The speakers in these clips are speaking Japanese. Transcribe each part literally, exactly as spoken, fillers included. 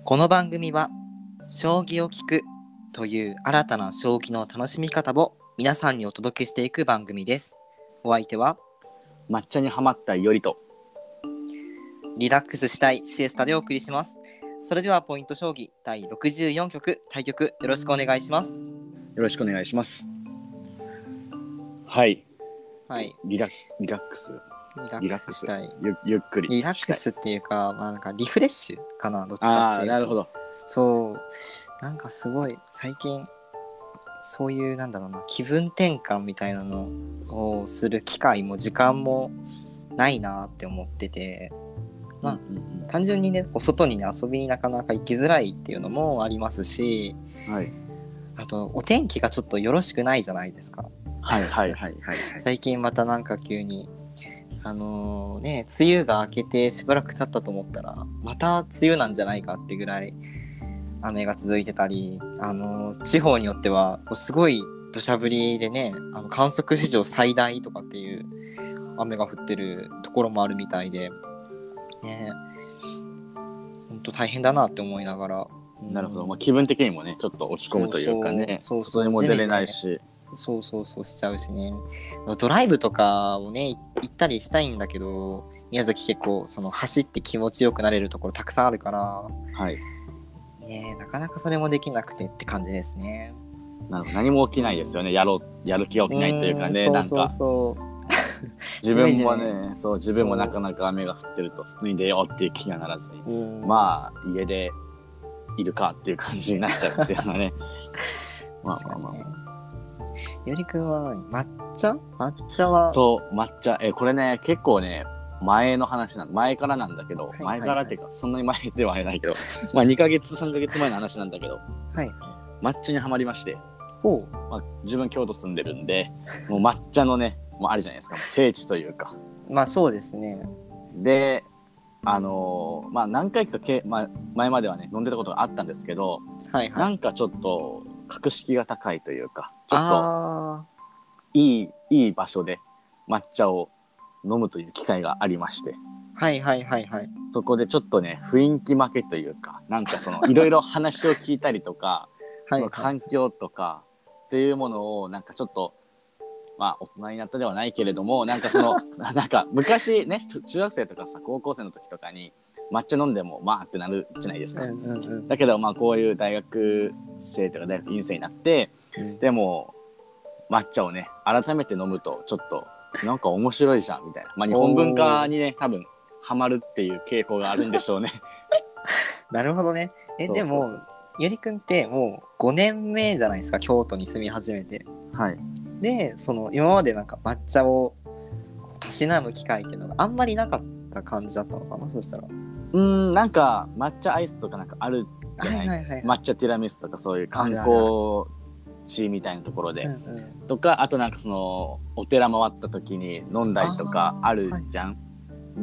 この番組は将棋を聞くという新たな将棋の楽しみ方を皆さんにお届けしていく番組です。お相手は抹茶にハマったいよりとリラックスしたいシエスタでお送りします。それではポイント将棋だいろくじゅうよん局対局よろしくお願いします。 よろしくお願いします。はい、 はい、 リラリラックスリラックスしたい。 ゆ, ゆっくりリラックスっていうか、まあ、なんかリフレッシュかな、どっちかっていうと。 あーなるほど。 そうなんかすごい最近そういうなんだろうな、気分転換みたいなのをする機会も時間もないなって思ってて、まあ、うんうんうん、単純にねお外にね遊びになかなか行きづらいっていうのもありますし、 はい、 あとお天気がちょっとよろしくないじゃないですか。 はいはいはいはい、はい、 最近またなんか急にあのー、ね梅雨が明けてしばらく経ったと思ったらまた梅雨なんじゃないかってぐらい雨が続いてたり、あのー、地方によってはすごい土砂降りでね、あの観測史上最大とかっていう雨が降ってるところもあるみたいでね、本当大変だなって思いながら、 うん、なるほど、まあ、気分的にもねちょっと落ち込むというかね、そうそうそう、外にも出れないし、 そうそうそうしちゃうしね。ドライブとかをね行ったりしたいんだけど、宮崎結構その走って気持ちよくなれるところたくさんあるから、 はいね、なかなかそれもできなくてって感じですね。 なるほど、何も起きないですよね。やろうやる気が起きないというかね、なんかそうそうそう自分もね、そう自分もなかなか雨が降ってると脱いでよっていう気にはならずに、まあ家でいるかっていう感じになっちゃうっていうのはねまあまあまあ、 よりくんは抹茶抹茶はそう抹茶、えこれね結構ね前の話なん前からなんだけど、はいはいはい、前からっていうかそんなに前ではないけどまあにかげつさんかげつまえの話なんだけど、はい、抹茶にはまりまして、おう、まあ、自分京都住んでるんでもう抹茶のねもうあるじゃないですか、聖地というか。 まあそうですね。 であのー、まあ何回かけ、まあ、前まではね飲んでたことがあったんですけど、はいはい、なんかちょっと格式が高いというかちょっといいいい場所で抹茶を飲むという機会がありまして、 はいはいはいはい、 そこでちょっとね雰囲気負けというか、なんかそのいろいろ話を聞いたりとかその環境とかっていうものをなんかちょっとまあ大人になったではないけれども、なんかそのなんか昔ね中学生とかさ高校生の時とかに抹茶飲んでもまあってなるじゃないですか、うんうんうん、だけどまあこういう大学生とか大学院生になって、うん、でも抹茶をね改めて飲むとちょっとなんか面白いじゃんみたいな、まあ日本文化にね多分ハマるっていう傾向があるんでしょうねなるほどね。えそうそうそう、でもゆりくんってもうごねんめじゃないですか、京都に住み始めて。 はい。 でその今までなんか抹茶をたしなむ機会っていうのがあんまりなかった感じだったのかな、そしたら。 うーんなんか抹茶アイスとかなんかあるじゃない、はいはいはいはい、抹茶ティラミスとかそういう観光地みたいなところで、うんうん、とかあとなんかそのお寺回った時に飲んだりとかあるじゃん、はい、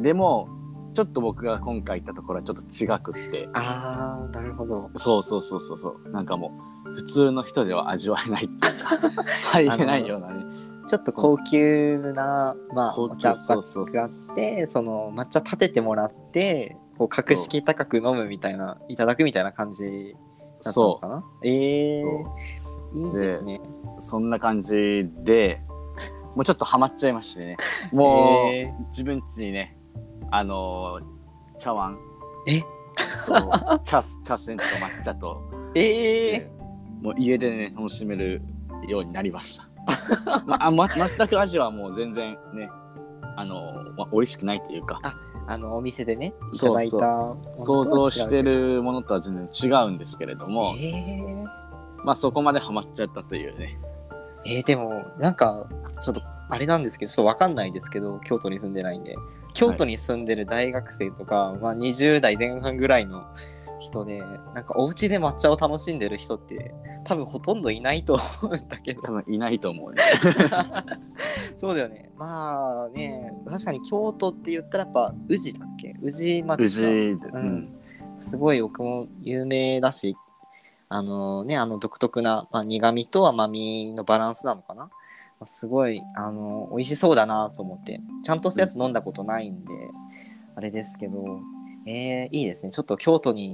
でもちょっと僕が今回行ったところはちょっと違くって、 あーなるほど、 そうそうそうそうそうなんかもう普通の人では味わえないっていうか入れないようなねちょっと高級なまあお茶があってその抹茶立ててもらってこう格式高く飲むみたいないただくみたいな感じだったのかな。えー、いいですね。 そんな感じでもうちょっとハマっちゃいましてね、もう、えー、自分家にねあのー、茶碗え茶茶筅と抹茶とえーもう家でね楽しめるようになりましたまあ、ま、全く味はもう全然ねあの、ま、美味しくないというか、 ああのお店でねいただいた想像してるものとは全然違うんですけれども、えー、まあそこまでハマっちゃったというね。 えー、でもなんかちょっとあれなんですけどちょっと分かんないですけど京都に住んでないんで、京都に住んでる大学生とか、はい、まあ、にじゅう代前半ぐらいの人でなんかお家で抹茶を楽しんでる人って多分ほとんどいないと思うんだけど。 多分いないと思うねそうだよね。まあね確かに京都って言ったらやっぱ宇治だっけ、宇治抹茶、 宇治、うんうん、すごい僕も有名だし、あのねあの独特な、まあ、苦味と甘みのバランスなのかな、すごいあの美味しそうだなと思ってちゃんとしたやつ飲んだことないんで、うん、あれですけど、えー、いいですね。ちょっと京都に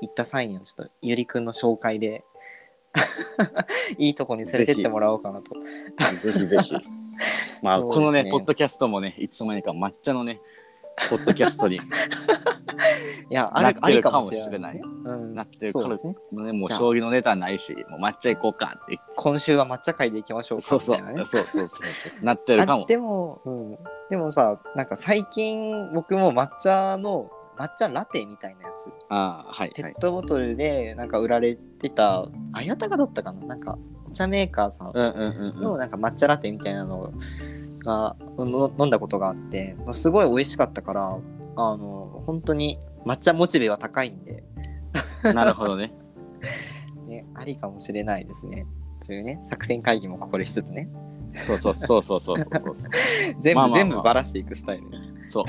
行った際にはちょっとゆりくんの紹介でいいとこに連れてってもらおうかなと。 ぜひぜひ。まあ、 そうですね、 このねポッドキャストもねいつの間にか抹茶のねポッドキャストにいやあなってるれありかかもしれもしれなですね。 ないい。 うん、 なってるからそうですね。 ね、もうじゃあ将棋のネタないし、もう抹茶行こうかって。 今週は抹茶会で行きましょうかそうそうみたいなね。 そうそうそうそうなってるかも。 あでも、うん、でもさなんか最近僕も抹茶の抹茶ラテみたいなやつああはいはいペッ。トボトルでなんか売られてた綾鷹だったかな、なんかお茶メーカーさんうんうんうんうん。 のなんか抹茶ラテみたいなのがの飲んだことがあってすごい美味しかったから、あの本当に抹茶モチベは高いんでなるほどね。 ね、ありかもしれないですねというね作戦会議もここでしつつね、 そうそうそうそうそうそうそうそう全部、 まあまあまあ全部ばらしていくスタイルそう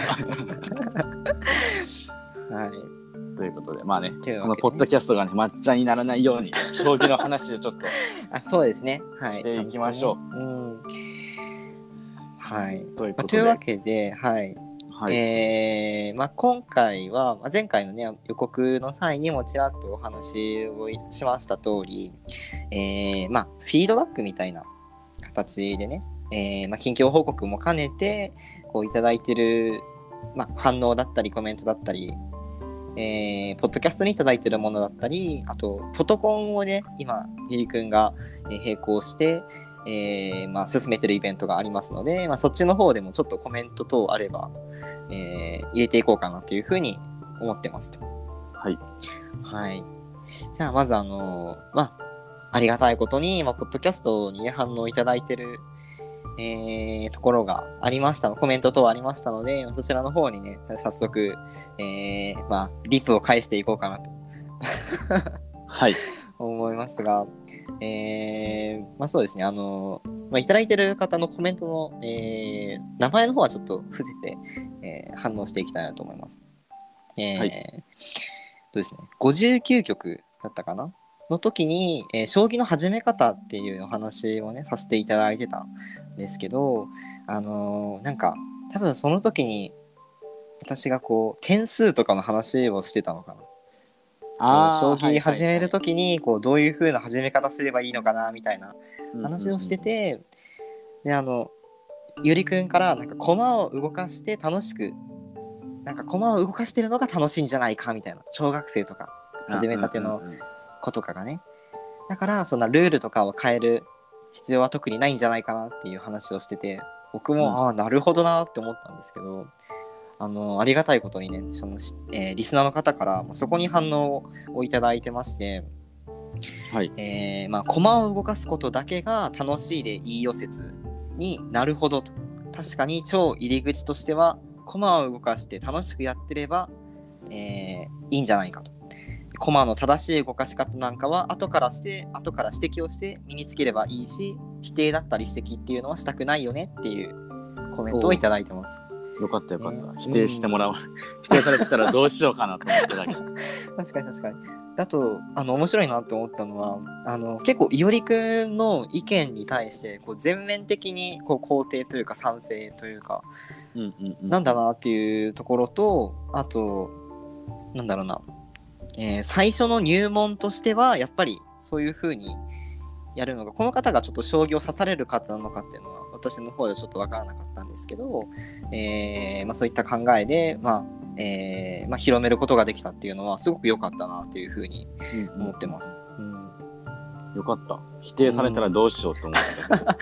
はいということでまあねというわけでねこのポッドキャストがね抹茶にならないように将棋の話をちょっとあそうですねはいしていきましょうちゃんとねうんはいというまあ、 ことでというわけで、はいはい、 えーまあ、今回は、まあ、前回の、ね、予告の際にもちらっとお話をしました通り、えーまあ、フィードバックみたいな形でね、えーまあ、近況報告も兼ねてこういただいてる、まあ、反応だったりコメントだったり、えー、ポッドキャストにいただいてるものだったり、あとフォトコンをね今ゆりくんが並行してえーまあ、進めてるイベントがありますので、まあ、そっちの方でもちょっとコメント等あれば、えー入れていこうかなというふうに思ってますと。 はい。 はい。じゃあまずあのー、まあありがたいことに、まあ、ポッドキャストに、ね、反応いただいてる、えー、ところがありましたコメント等ありましたので、そちらの方にね早速、えー、まあリプを返していこうかなとはい思いますが、えー、まあそうですね、あの、まあ、いただいてる方のコメントの、えー、名前の方はちょっと伏せて、えー、反応していきたいなと思います。えー、 はいとですね、ごじゅうきゅうきょくだったかなの時に、えー、将棋の始め方っていうお話をね、させていただいてたんですけど、あのー、なんか、多分その時に、私がこう、点数とかの話をしてたのかな。 あ将棋始めると時にこうどういう風な始め方すればいいのかなみたいな話をしてて、であのゆりくんからなんか駒を動かして楽しくなんか駒を動かしてるのが楽しいんじゃないかみたいな、小学生とか始めたての子とかがね、だからそんなルールとかを変える必要は特にないんじゃないかなっていう話をしてて、僕も、うん、ああなるほどなって思ったんですけど、あのありがたいことにねその、えー、リスナーの方からそこに反応をいただいてまして、 はいえーまあ、駒を動かすことだけが楽しいでいいよ説になるほどと。確かに超入り口としては駒を動かして楽しくやってれば、えー、いいんじゃないかと。駒の正しい動かし方なんかは後からして後から指摘をして身につければいいし、否定だったり指摘っていうのはしたくないよねっていうコメントをいただいてます。 よかったよかった、ね、否定してもらう、うん、否定されてたらどうしようかなと思ってたけど確かに確かに。あとあの面白いなと思ったのはあの結構いおりくんの意見に対してこう全面的にこう肯定というか賛成というか、 うんうんうん、 なんだなっていうところと、あとなんだろうな、えー、最初の入門としてはやっぱりそういう風にやるのがこの方がちょっと将棋を指される方なのかっていうのは私の方でちょっと分からなかったんですけど、えーまあ、そういった考えで、まあえーまあ、広めることができたっていうのはすごく良かったなっていうふうに思ってます、うんうん、よかった。否定されたらどうしようと思って、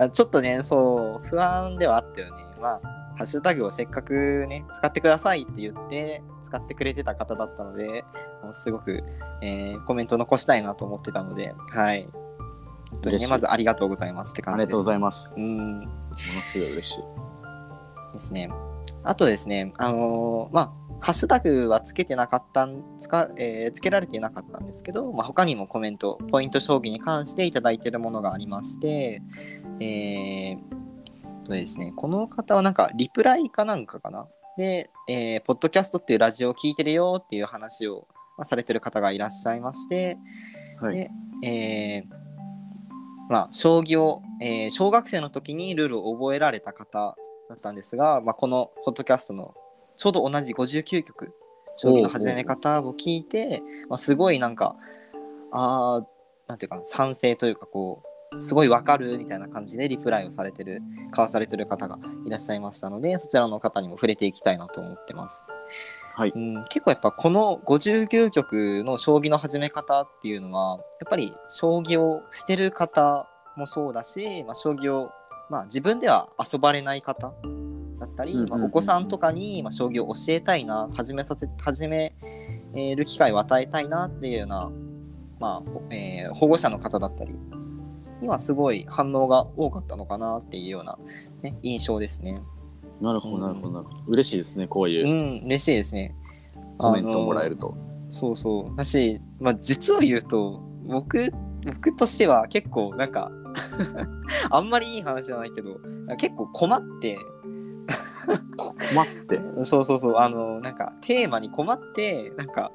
うん、ちょっとねそう不安ではあったよね。まあハッシュタグをせっかくね使ってくださいって言って使ってくれてた方だったので、もうすごく、えー、コメント残したいなと思ってたので、はい本当にねまずありがとうございますって感じです。 ありがとうございます。 うん、 ものすごい嬉しいですね。あとですね、あのー、まあハッシュタグはつけてなかったんつか、えー、つけられていなかったんですけど、まあ、他にもコメントポイント将棋に関していただいているものがありまして、えー、とですねこの方はなんかリプライかなんかかなで、えー、ポッドキャストっていうラジオを聞いてるよっていう話を、まあ、されてる方がいらっしゃいまして、 はい、 で、えーまあ、将棋を、えー、小学生の時にルールを覚えられた方だったんですが、まあ、このポッドキャストのちょうど同じごじゅうきゅうきょく将棋の始め方を聞いて、まあ、すごいなんかあーなんていうかな賛成というかこうすごいわかるみたいな感じでリプライをされてる交わされてる方がいらっしゃいましたので、そちらの方にも触れていきたいなと思ってます。 はい、 うん、結構やっぱこのごじゅうきゅうきょくの将棋の始め方っていうのはやっぱり将棋をしてる方もそうだし、まあ、将棋を、まあ、自分では遊ばれない方だったり、まあ、お子さんとかに、まあ、将棋を教えたいな始めさせ始める機会を与えたいなっていうような、まあえー、保護者の方だったりにはすごい反応が多かったのかなっていうような、ね、印象ですね。 なるほどなるほどなるほど、うん、嬉しいですねこういう、 うん、嬉しいですねコメントをもらえると。 そうそうだし、まあ、実を言うと僕僕としては結構なんかあんまりいい話じゃないけど結構困って困ってそうそうそうあのなんかテーマに困ってなんか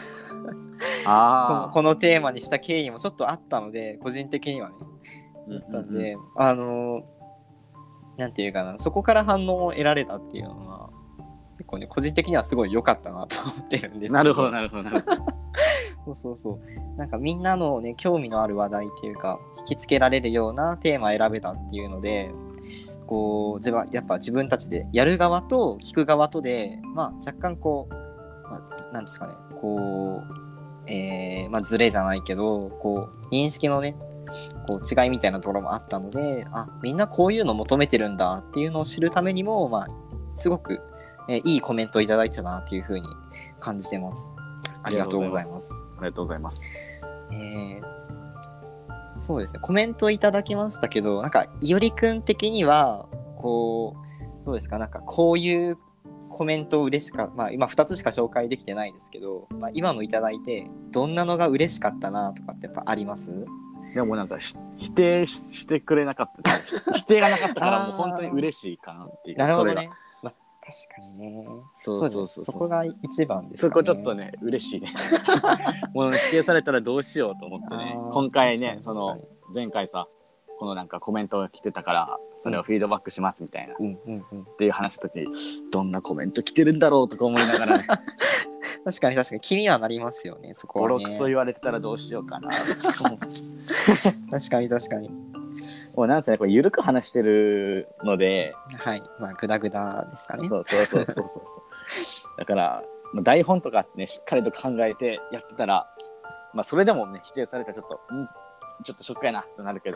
あこのテーマにした経緯もちょっとあったので個人的にはねだったんで、うんうんうん、あのなんていうかなそこから反応を得られたっていうのは結構ね個人的にはすごい良かったなと思ってるんですけど。 なるほどなるほどなるほどそうそうそうなんかみんなのね興味のある話題っていうか引きつけられるようなテーマを選べたっていうのでこう自分やっぱ自分たちでやる側と聞く側とで、まあ、若干こう、まあ、なんですかねこう、えーまあ、ズレじゃないけどこう認識のねこう違いみたいなところもあったのであみんなこういうの求めてるんだっていうのを知るためにも、まあ、すごく、えー、いいコメントをいただいたなっていうふうに感じてます。ありがとうございます。 ありがとうございます。 えー、そうですねコメントいただきましたけどなんかいおりくん的にはこうどうですかなんかこういうコメント嬉しかった、まあ、今ふたつしか紹介できてないですけど、まあ、今のいただいてどんなのが嬉しかったなとかってやっぱあります？ でもなんか否定してくれなかった否定がなかったからもう本当に嬉しいかなっていう。 なるほどね、まあ、確かにねそうそうそうそうそこが一番ですかね。 そこちょっとね嬉しいねもう否定されたらどうしようと思ってね今回ねその前回さこのなんかコメントが来てたからそれをフィードバックしますみたいな、うんうんうん、っていう話した時にどんなコメント来てるんだろうとか思いながらね確かに確かに気にはなりますよねそこはね。 ボロクソ言われてたらどうしようかな確かに確かにもうなんせねこれ緩く話してるのではいまあグダグダですかね。 そうそうそうそうそうだから台本とかねしっかりと考えてやってたらまあそれでもね否定されたらちょっとんちょっとショックやなってなるけど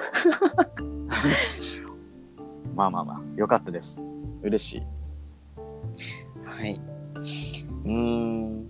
まあまあまあ良かったです嬉しい。 はいうん、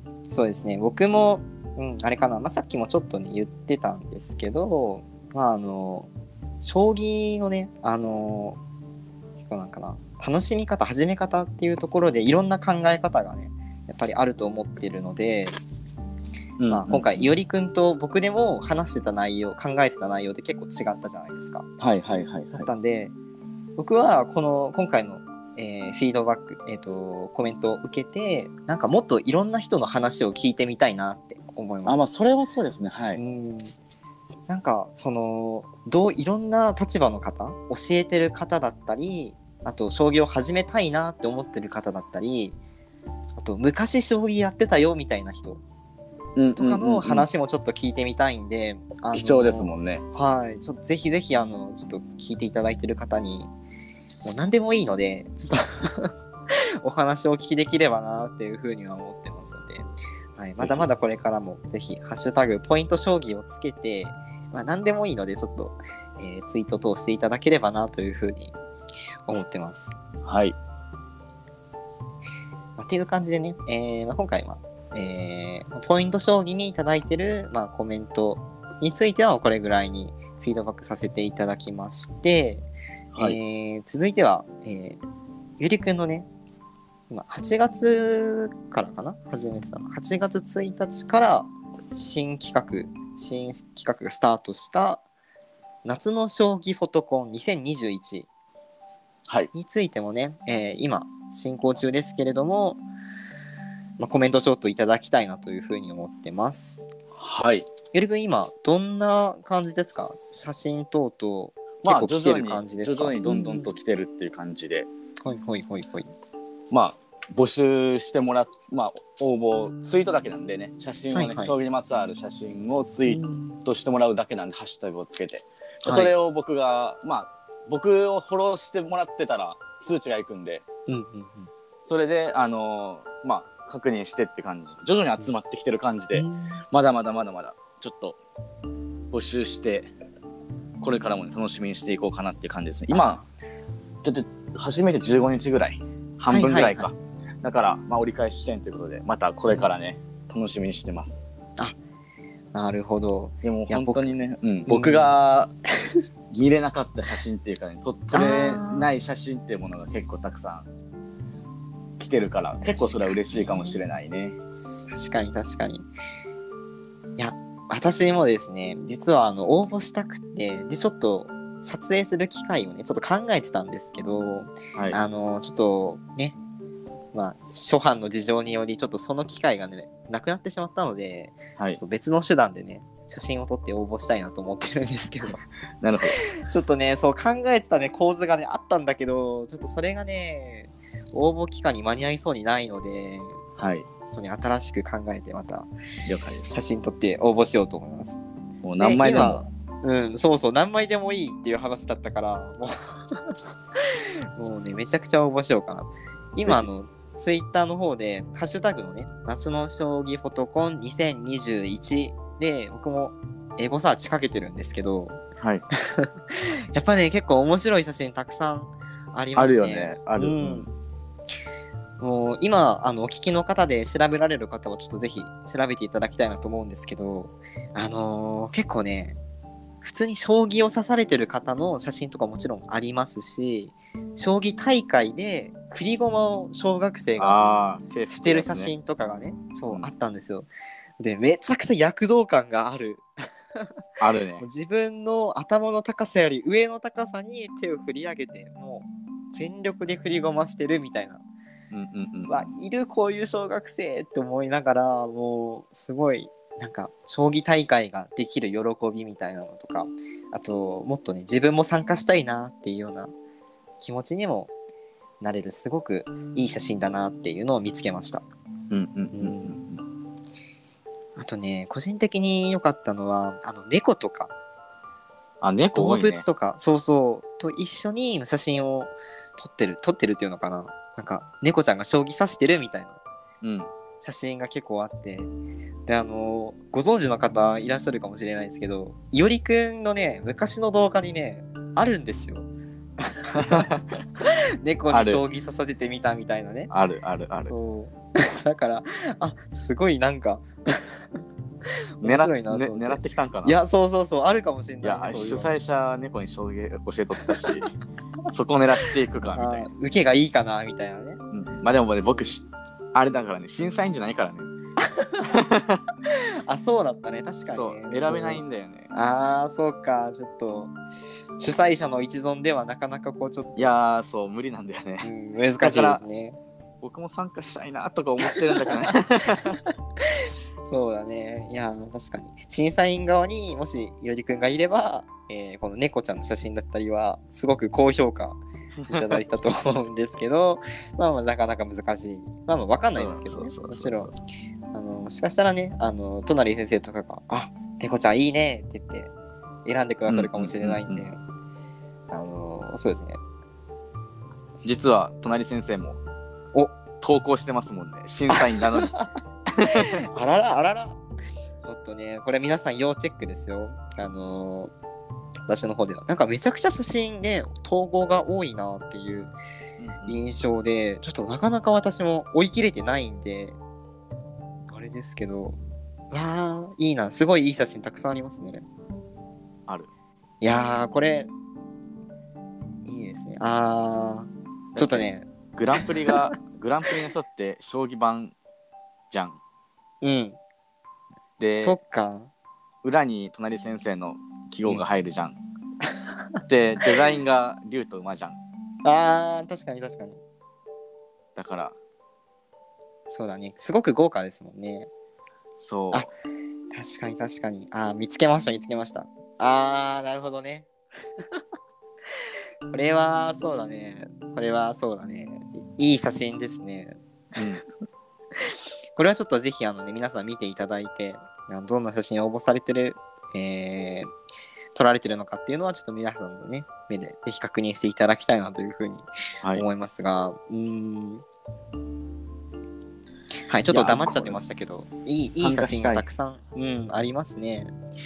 そうですね僕も、うん、あれかな、まあ、さっきもちょっとね言ってたんですけど、まあ、あの将棋のねあの結構なんかな楽しみ方始め方っていうところでいろんな考え方がねやっぱりあると思っているので、うんうんまあ、今回いおりくんと僕でも話してた内容考えてた内容って結構違ったじゃないですか。 はいはいはい、はい、 だったんで僕はこの今回のえー、フィードバック、えーと、コメントを受けてなんかもっといろんな人の話を聞いてみたいなって思いました。 あ、まあそれはそうですねはい。 うんなんかそのどういろんな立場の方教えてる方だったりあと将棋を始めたいなって思ってる方だったりあと昔将棋やってたよみたいな人とかの話もちょっと聞いてみたいんで、うんうんうん、 貴重ですもんね。 はいちょっとぜひぜひあのちょっと聞いていただいてる方にもう何でもいいのでちょっとお話をお聞きできればなっていうふうには思ってますので、はい、まだまだこれからもぜひハッシュタグポイント将棋をつけて、まあ、何でもいいのでちょっと、えー、ツイート通していただければなというふうに思ってます。 はい、 まあ、っていう感じでね、えーまあ、今回は、えー、ポイント将棋にいただいてる、まあ、コメントについてはこれぐらいにフィードバックさせていただきましてはいえー、続いては、えー、ゆりくんのね今はちがつからかな始めてたのはちがつついたちから新企画新企画がスタートした夏の将棋フォトコンにせんにじゅういちについてもね、はいえー、今進行中ですけれども、まあ、コメントちょっといただきたいなというふうに思ってます。 はいゆりくん今どんな感じですか？写真等々結構来てる感じですか？ 徐々にどんどんと来てるっていう感じで、 うん、はいはいはいはい。 まあ募集してもらっ、まあ、応募ツイートだけなんでね、写真をね、 はいはい、 将棋にまつわる写真をツイートしてもらうだけなんで、ハッシュタグをつけて、 はい、 それを僕がまあ僕をフォローしてもらってたら通知がいくんで、 うんうんうん、 それであのー、まあ確認してって感じで徐々に集まってきてる感じで、 うん、 まだまだまだまだちょっと募集してこれからも、ね、楽しみにしていこうかなっていう感じですね。今ちょっと初めてじゅうごにちぐらい、半分ぐらいか、はいはいはい、だからまあ折り返し地点ということで、またこれからね楽しみにしてます。 あ、なるほど。 でも本当にね、うん、僕が見れなかった写真っていうかね、撮れない写真っていうものが結構たくさん来てるから、結構それは嬉しいかもしれないね。 確かに確かに。いや、私もですね、実はあの応募したくて、でちょっと撮影する機会をねちょっと考えてたんですけど、はい、あのちょっとね、まあ初版の事情によりちょっとその機会がねなくなってしまったので、はい、ちょっと別の手段でね写真を撮って応募したいなと思ってるんですけどなるほど。 ちょっとねそう考えてたね構図がねあったんだけど、ちょっとそれがね応募期間に間に合いそうにないので、はい、ちょっとね新しく考えてまた写真撮って応募しようと思います。 もう何枚でも、 うん、そうそう、何枚でもいいっていう話だったからもうもうねめちゃくちゃ応募しようかな。今あのツイッターの方でハッシュタグのね夏の将棋フォトコンにせんにじゅういちで僕もエゴサーチかけてるんですけど、はい、やっぱね結構面白い写真たくさんありますね。 あるよね、ある、うん、 もう今あのお聞きの方で調べられる方はちょっとぜひ調べていただきたいなと思うんですけど、あのー、結構ね普通に将棋を指されてる方の写真とかもちろんありますし、将棋大会で振り駒を小学生がしてる写真とかがね、そう、うん、あったんですよ。でめちゃくちゃ躍動感があるあるね。 自分の頭の高さより上の高さに手を振り上げてもう全力で振り駒してるみたいな、うんうんうん、わいるこういう小学生って思いながら、もうすごいなんか将棋大会ができる喜びみたいなのとか、あともっとね自分も参加したいなっていうような気持ちにもなれるすごくいい写真だなっていうのを見つけました。うんうんうんうん、あとね個人的に良かったのはあの猫とか、 あ、猫多いね、動物とかそうそうと一緒に写真を撮ってる撮ってるっていうのかな、なんか猫ちゃんが将棋指してるみたいな、うん写真が結構あって、であのご存知の方いらっしゃるかもしれないですけど、いおりくんのね昔の動画にねあるんですよ猫に将棋刺させてみたみたいなね、 あるあるある。 そうだからあすごいなんか面白いなと思って、狙ってきたんかな。 いやそうそうそうあるかもしれない、 ね、いや主催者猫に将棋教えとったしそこを狙っていくかみたいな、 受けがいいかなみたいなね、うん、 まあでもね僕あれだからね審査員じゃないからねあそうだったね、確かに、ね、 そう選べないんだよね。 ああそうか、ちょっと主催者の一存ではなかなかこうちょっといやーそう無理なんだよね、 うん、難しいですね。 僕も参加したいなとか思ってるんだけどねそうだね、いや確かに審査員側にもしいおりくんがいれば、えー、この猫ちゃんの写真だったりはすごく高評価いただいたと思うんですけどまあまあなかなか難しい、まあまあ分かんないですけどね、もちろんあのもしかしたらねあの隣先生とかがあ猫ちゃんいいねって言って選んでくださるかもしれないんで、うんうんうんうん、あのそうですね、 実は隣先生もお投稿してますもんね、審査員なのにあららあらら、ちょっとねこれ皆さん要チェックですよ。あのー私の方ではなんかめちゃくちゃ写真で統合が多いなっていう印象で、ちょっとなかなか私も追い切れてないんであれですけど、わーいいな、すごいいい写真たくさんありますね。 ある。 いやーこれいいですね。あーちょっとねグランプリがグランプリの人って将棋盤じゃん。うんでそっか、 裏に隣先生の記号が入るじゃん、うん、でデザインが竜と馬じゃん。 あー確かに確かに、 だからそうだね、すごく豪華ですもんね。 そう、 あ確かに確かに、あ見つけました見つけました。あーなるほどねこれはそうだねこれはそうだねいい写真ですね。 これはちょっとぜひあのね皆さん見ていただいて、どんな写真応募されてる、えー、撮られてるのかっていうのはちょっと皆さんのね目でぜひ確認していただきたいなというふうに思いますが、はい、うーんはいちょっと黙っちゃってましたけど、いいいい写真がたくさん、うん、ありますね。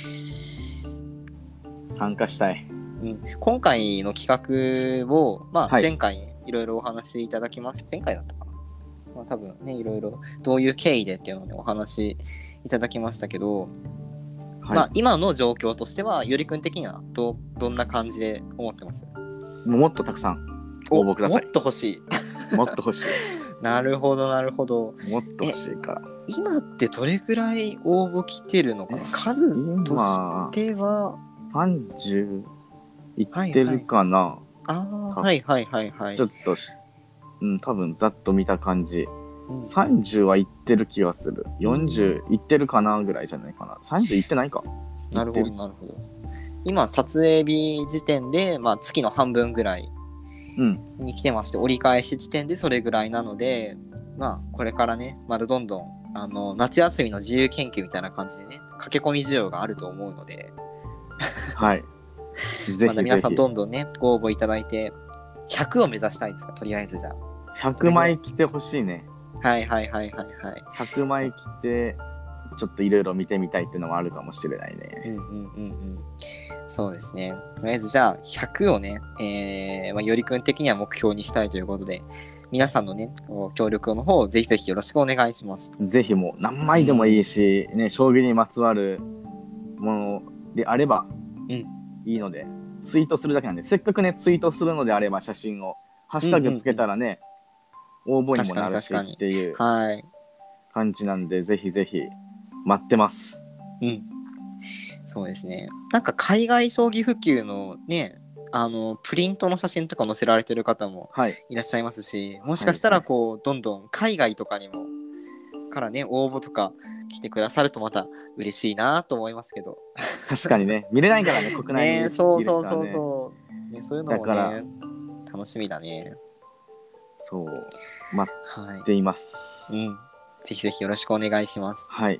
参加したい。 うん、今回の企画を、まあ、前回いろいろお話しいただきまして、はい、前回だったかな、まあ、多分ねいろいろどういう経緯でっていうのを、ね、お話しいただきましたけど、はい、まあ、今の状況としてはよりくん的には ど, どんな感じで思ってます？ もっとたくさん応募ください。 もっと欲しいもっと欲しいなるほどなるほど。 もっと欲しいから。 今ってどれぐらい応募来てるのかな、数としてはさんじゅういってるかな、はいはい、 ああはいはいはいはいちょっと、うん、多分ざっと見た感じ、うん、さんじゅうはいってる気がする。よんじゅういってるかなぐらいじゃないかな。さんじゅういってないか。 なるほどなるほど。今撮影日時点で、まあ、月の半分ぐらいに来てまして、うん、折り返し時点でそれぐらいなので、まあこれからねまだどんどんあの夏休みの自由研究みたいな感じでね駆け込み需要があると思うのではいぜひぜひまだ皆さんどんどんねご応募いただいてひゃくを目指したいですか？とりあえずじゃあひゃくまい来てほしいね。 はいはいはいはいはい。 ひゃくまい来てちょっといろいろ見てみたいっていうのもあるかもしれないね。 うんうんうんうん。そうですね。とりあえずじゃあひゃくをね、えーまあ、よりくん的には目標にしたいということで、皆さんのね協力の方をぜひぜひよろしくお願いします。 ぜひもう何枚でもいいし、ね、将棋にまつわるものであればいいので、うん、ツイートするだけなんで、せっかくねツイートするのであれば写真をハッシュタグつけたらね、うんうんうん、応募にもなるしっていう感じなんで、ぜひぜひ待ってます。 うん、そうですね。なんか海外将棋普及のね、あのプリントの写真とか載せられてる方もいらっしゃいますし、はい、もしかしたらこう、はい、どんどん海外とかにもからね応募とか来てくださるとまた嬉しいなと思いますけど。 確かにね、見れないからね国内にいる人はね。 ね、そうそうそうそう、ね、そういうのもね楽しみだね。 そう待っています、 はい、うん、ぜひぜひよろしくお願いします。 はい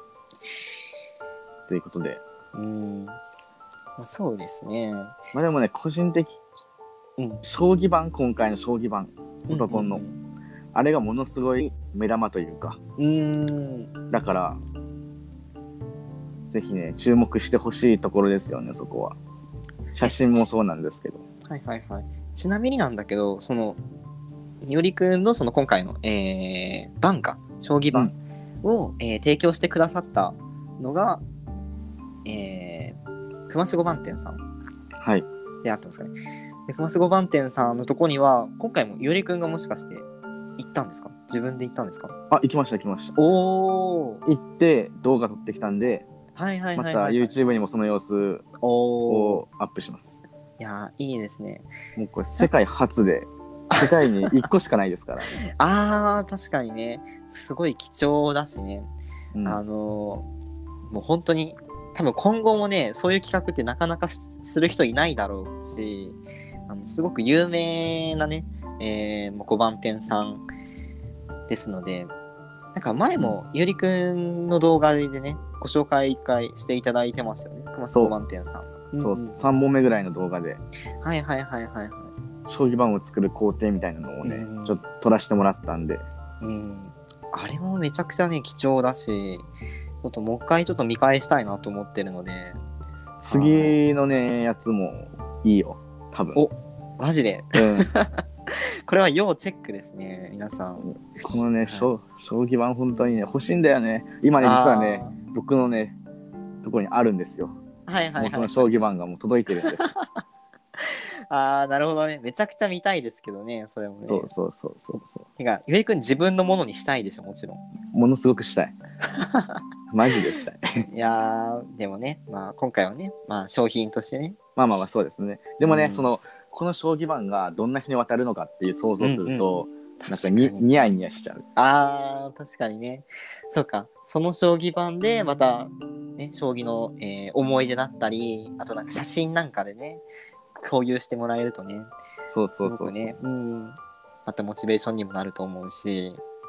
ということで、 うん、そうですね。 まあでもね個人的、うん、将棋盤今回の将棋盤オトコンの、うんうんうん、あれがものすごい目玉というか、うーんだからぜひね注目してほしいところですよね。そこは写真もそうなんですけど、 はいはいはい。ちなみになんだけど、そのよりくんのその今回の、えー、盤か将棋盤を、うんえー、提供してくださったのが、えー、熊須五番店さんはいであってますかね。で熊須五番店さんのとこには今回もよりくんがもしかして行ったんですか？自分で行ったんですか？ あ、行きました行きました。 おー、 行って動画撮ってきたんで、 はいはいはいはい、 はい、また YouTube にもその様子をアップします。 いやいいですね。 もうこれ世界初で世界にいっこしかないですから、ね、 あー確かにね、すごい貴重だしね、うん、あのもう本当に多分今後もねそういう企画ってなかなかする人いないだろうし、あのすごく有名なね、えー、ご番店さんですので、なんか前もゆりくんの動画でねご紹介一回していただいてますよね、熊須ご番店さん。 そう、うんうん、さんぼんめぐらいの動画ではいはいはいはいはい将棋盤を作る工程みたいなのをね、うん、ちょっと撮らせてもらったんで、 うん、あれもめちゃくちゃね貴重だし、ちょっともう一回ちょっと見返したいなと思ってるので、 次のねやつもいいよ多分。 おマジで、うん、これは要チェックですね皆さん。 このね、はい、将棋盤本当にね欲しいんだよね今ね。実はね僕のねところにあるんですよ。 はいはいはい、はい、 もうその将棋盤がもう届いてるんですあーなるほどね。めちゃくちゃ見たいですけどねそれもね。 そうそうそうそうそう。 てかゆえくん自分のものにしたいでしょもちろん。 ものすごくしたいマジでしたいいやーでもね、まあ、今回はね、まあ、商品としてね。 まあまあまあそうですね。でもね、うん、そのこの将棋盤がどんな人に渡るのかっていう想像すると、うんうん、なんかにニヤニヤしちゃう。 あー確かにね。そうか、その将棋盤でまた、ね、将棋の、えー、思い出だったり、あとなんか写真なんかでね共有してもらえるとね、 そうそうそうそう、 すごくね、うん、またモチベーションにもなると思うし、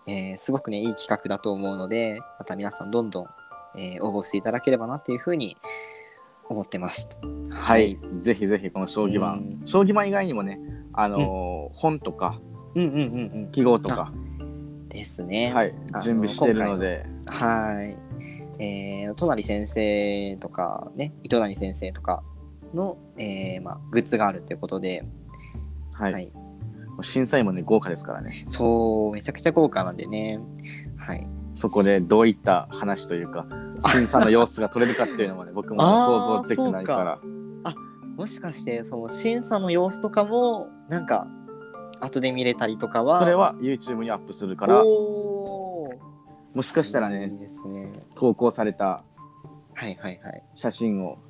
えーすごくねいい企画だと思うので、また皆さんどんどん、えー応募していただければなっていうふうに思ってます。 はい、ぜひぜひこの将棋盤、 うん将棋盤以外にもね、あのー本とかうんうんうんうん記号とか、 ですね。 はい、 あの準備しているので、 はい。えー、隣先生とかね、糸谷先生とかの、えーまあ、グッズがあるということで、 はい、 はい、 審査員もね豪華ですからね。 そうめちゃくちゃ豪華なんでね、はい、 そこでどういった話というか審査の様子が取れるかっていうのもね僕も想像できてないから。 あ、もしかしてその審査の様子とかもなんか後で見れたりとかは、 それは YouTube にアップするから、 おーもしかしたらね、 いいですね。 投稿されたはいはいはい。 写真を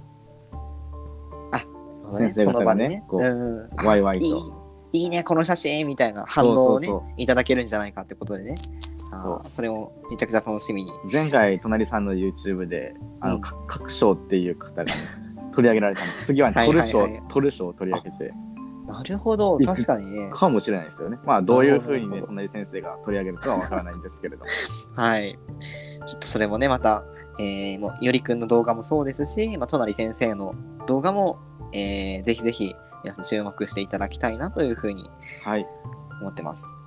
先生方がね、 ねこう、 うん、 ワイワイといい、いいねこの写真みたいな反応をねそうそうそいただけるんじゃないかってことでね、あそうそれをめちゃくちゃ楽しみに。 前回隣さんの YouTube であの、 うん、 角章っていう方が、ね、取り上げられたの。次は、ね、トル章、トル章を取り上げて。 なるほど、確かにね。 かもしれないですよね。まあどういう風にね隣先生が取り上げるかはわからないんですけれども。 はい。ちょっとそれもねまた、えー、もういおりくんの動画もそうですし、まあ、隣先生の動画も、えー、ぜひぜひ皆さん注目していただきたいなというふうに思ってます。はい、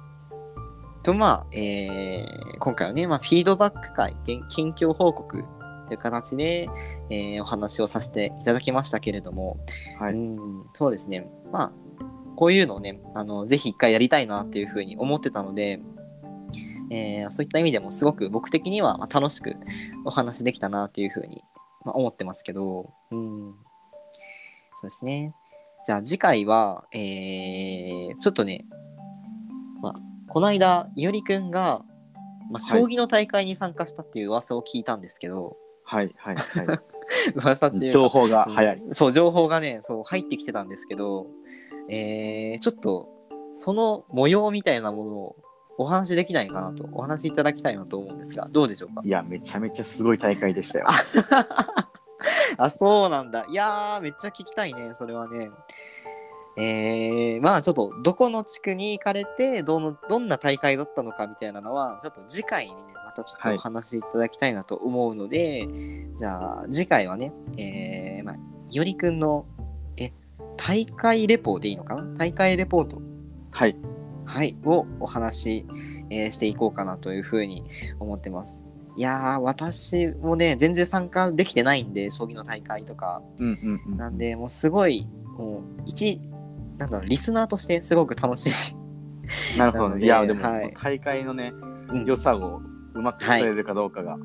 とまあ、えー、今回はね、まあ、フィードバック会近況報告という形で、えー、お話をさせていただきましたけれども、 はい、 うんそうですね、まあこういうのをねあのぜひ一回やりたいなっていうふうに思ってたので、えー、そういった意味でもすごく僕的には楽しくお話できたなっていうふうに、まあ、思ってますけど、うん、そうですね。じゃあ次回は、えー、ちょっとね、まあ、この間いおりくんが、まあ、将棋の大会に参加したっていう噂を聞いたんですけど、 はいはいはい。 噂っていう情報が早い、 うん、そう情報がねそう入ってきてたんですけど、えー、ちょっとその模様みたいなものをお話できないかなとお話しいただきたいなと思うんですがどうでしょうか。 いやめちゃめちゃすごい大会でしたよ。 あそうなんだ。いやーめっちゃ聞きたいねそれはね。えー、まあちょっとどこの地区に行かれてどのどんな大会だったのかみたいなのはちょっと次回にねまたちょっとお話しいただきたいなと思うので、はい、じゃあ次回はね、えー、まあいおりくんのえ大会レポでいいのかな大会レポートはいはいをお話し、えー、していこうかなというふうに思ってます。いやー私もね全然参加できてないんで将棋の大会とか、 うんうんうん、 なんでもうすごいもう一なんだろうリスナーとしてすごく楽しいなるほど、ね、いやでも、 はい、 大会のね、うん、良さをうまく伝えるかどうかが、はい、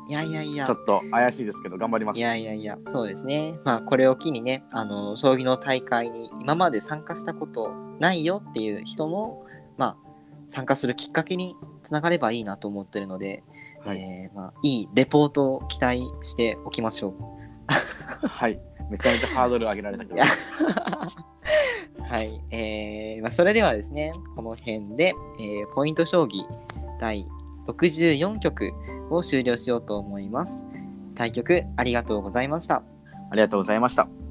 いやいやいやちょっと怪しいですけど頑張ります。 いやいやいやそうですね。まあこれを機にねあの将棋の大会に今まで参加したことないよっていう人もまあ参加するきっかけにつながればいいなと思ってるので、はいえーまあ、いいレポートを期待しておきましょう。 はいめちゃめちゃハードル上げられたけどはい、えーまあ、それではですねこの辺で、えー、ポイント将棋だいろくじゅうよんきょくを終了しようと思います。対局ありがとうございました。 ありがとうございました。